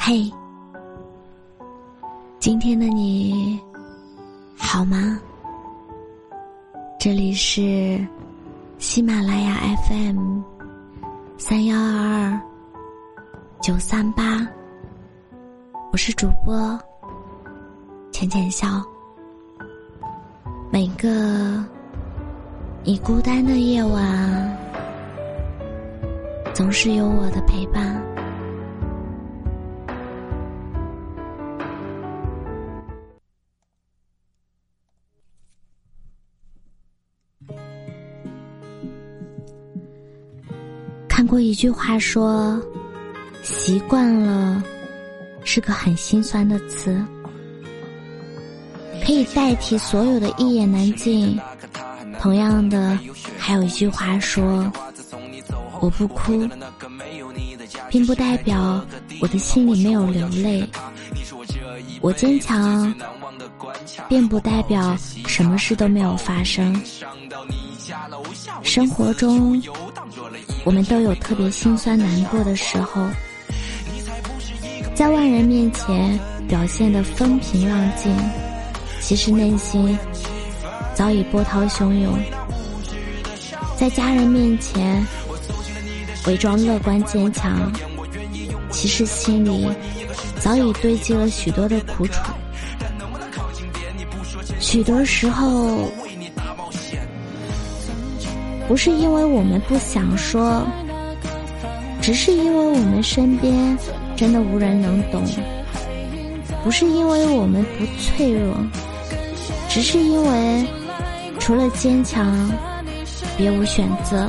嘿，今天的你好吗？这里是喜马拉雅 FM 3122938，我是主播浅浅笑。每个你孤单的夜晚，总是有我的陪伴。看过一句话说，习惯了是个很心酸的词，可以代替所有的一言难尽。同样的，还有一句话说，我不哭并不代表我的心里没有流泪，我坚强并不代表什么事都没有发生。生活中我们都有特别心酸难过的时候，在外人面前表现得风平浪静，其实内心早已波涛汹涌。在家人面前伪装乐观坚强，其实心里早已堆积了许多的苦楚。许多时候不是因为我们不想说，只是因为我们身边真的无人能懂；不是因为我们不脆弱，只是因为除了坚强别无选择。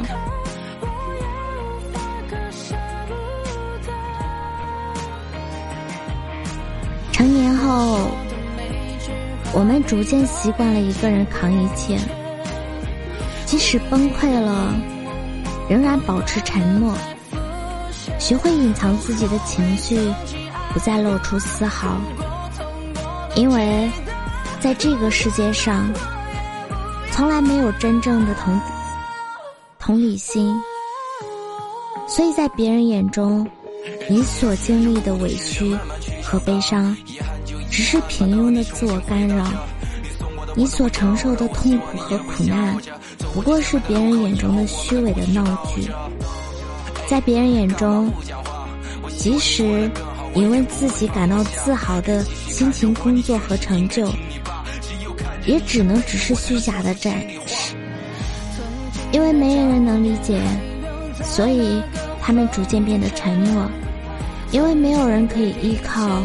成年后，我们逐渐习惯了一个人扛一切，即使崩溃了仍然保持沉默，学会隐藏自己的情绪，不再露出丝毫。因为在这个世界上从来没有真正的同理心，所以在别人眼中，你所经历的委屈和悲伤只是平庸的自我干扰，你所承受的痛苦和苦难不过是别人眼中的虚伪的闹剧。在别人眼中，即使你为自己感到自豪的辛勤工作和成就，也只是虚假的展示。因为没人能理解，所以他们逐渐变得沉默。因为没有人可以依靠，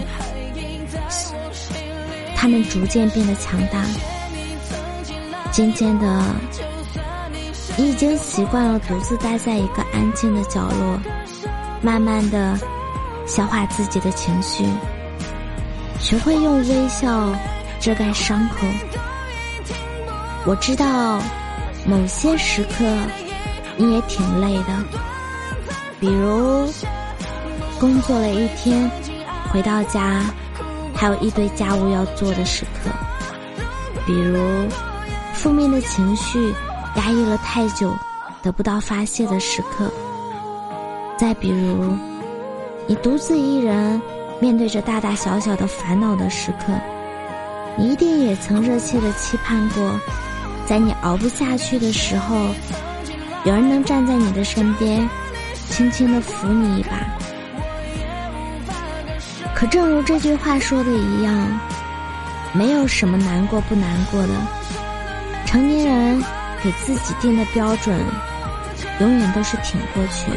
他们逐渐变得强大。渐渐的，你已经习惯了独自待在一个安静的角落，慢慢的消化自己的情绪，学会用微笑遮盖伤口。我知道某些时刻你也挺累的，比如工作了一天，回到家还有一堆家务要做的时刻，比如负面的情绪压抑了太久得不到发泄的时刻，再比如你独自一人面对着大大小小的烦恼的时刻。你一定也曾热切地期盼过，在你熬不下去的时候，有人能站在你的身边，轻轻地扶你一把。可正如这句话说的一样，没有什么难过不难过的，成年人给自己定的标准永远都是挺过去。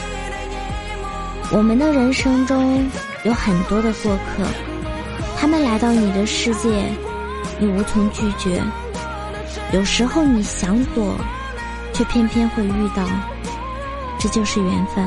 我们的人生中有很多的过客，他们来到你的世界，你无从拒绝。有时候你想躲，却偏偏会遇到，这就是缘分。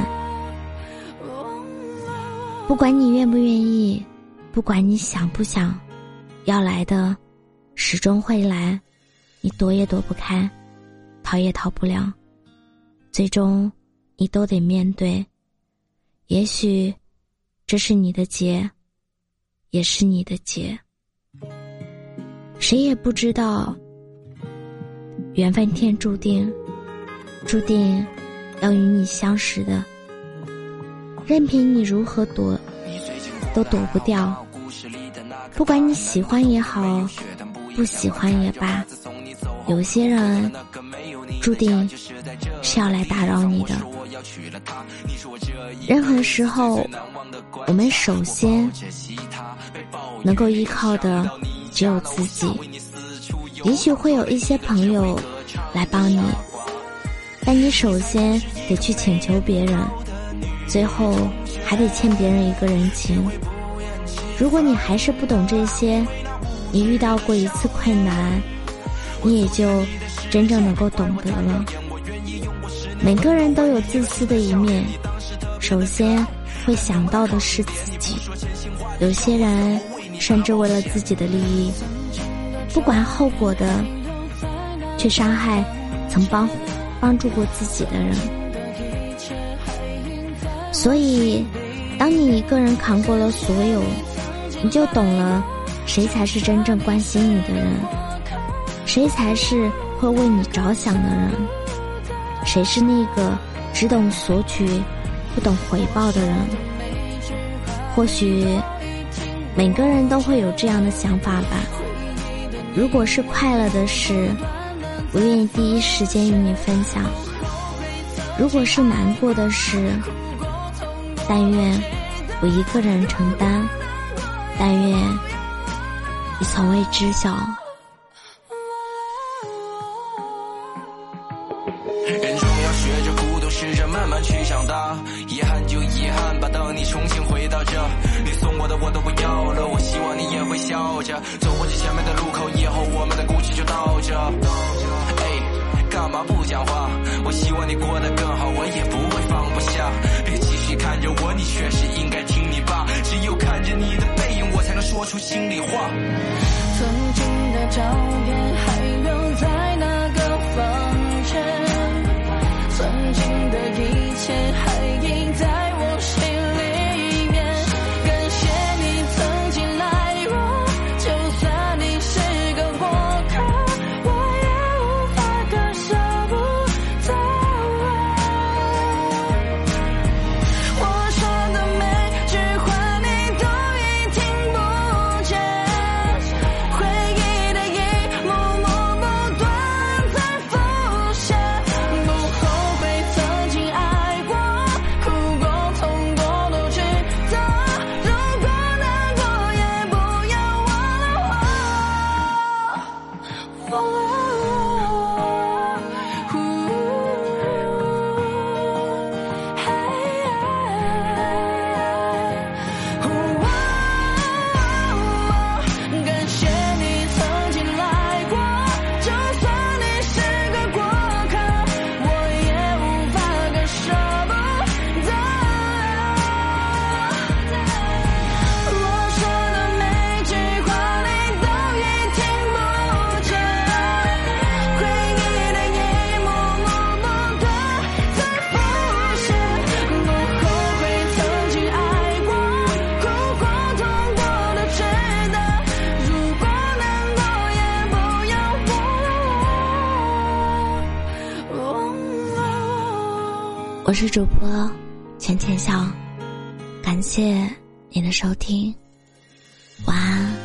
不管你愿不愿意，不管你想不想，要来的始终会来，你躲也躲不开，逃也逃不了，最终你都得面对。也许这是你的劫，也是你的劫，谁也不知道。缘分天注定，注定要与你相识的，任凭你如何躲， 都躲不掉。不管你喜欢也好，不喜欢也罢，有些人注定是要来打扰你的。任何时候，我们首先能够依靠的只有自己。也许会有一些朋友来帮你，但你首先得去请求别人，最后还得欠别人一个人情。如果你还是不懂这些，你遇到过一次困难，你也就真正能够懂得了。每个人都有自私的一面，首先会想到的是自己。有些人甚至为了自己的利益，不管后果的，去伤害曾帮助过自己的人。所以当你一个人扛过了所有，你就懂了谁才是真正关心你的人，谁才是会为你着想的人，谁是那个只懂索取不懂回报的人。或许每个人都会有这样的想法吧，如果是快乐的事，我愿意第一时间与你分享；如果是难过的事，但愿我一个人承担，但愿你从未知晓。 人终要学着孤独，试着慢慢去长大，遗憾就遗憾吧，等你重新回到这，你送我的我都不要了，我希望你也会笑着走过这前面的路口，以后我们的故事就到这。干嘛不讲话？我希望你过得更好，我也不会放不下。别继续看着我，你确实应该听你爸，只有看着你的背影，我才能说出心里话。 曾经的照片还留在那个房间，曾经的一切还印在我心里面。感谢你曾经来过，就算你是个过客，我也无法割舍不走。我说的每句话你都已听不见，回忆的一幕幕不断在浮现。不后悔曾经爱过，哭过痛过都值得，如果难过也不要忘了我。感谢你曾经来过，就算你是个过客，我也无法割舍不得。我说的每句话你都已听不见，回忆的一幕幕不断在浮现。不后悔曾经爱过，哭过痛过都值得，如果难过也不要忘了我。 我是主播钱钱笑，感谢你的收听，晚安。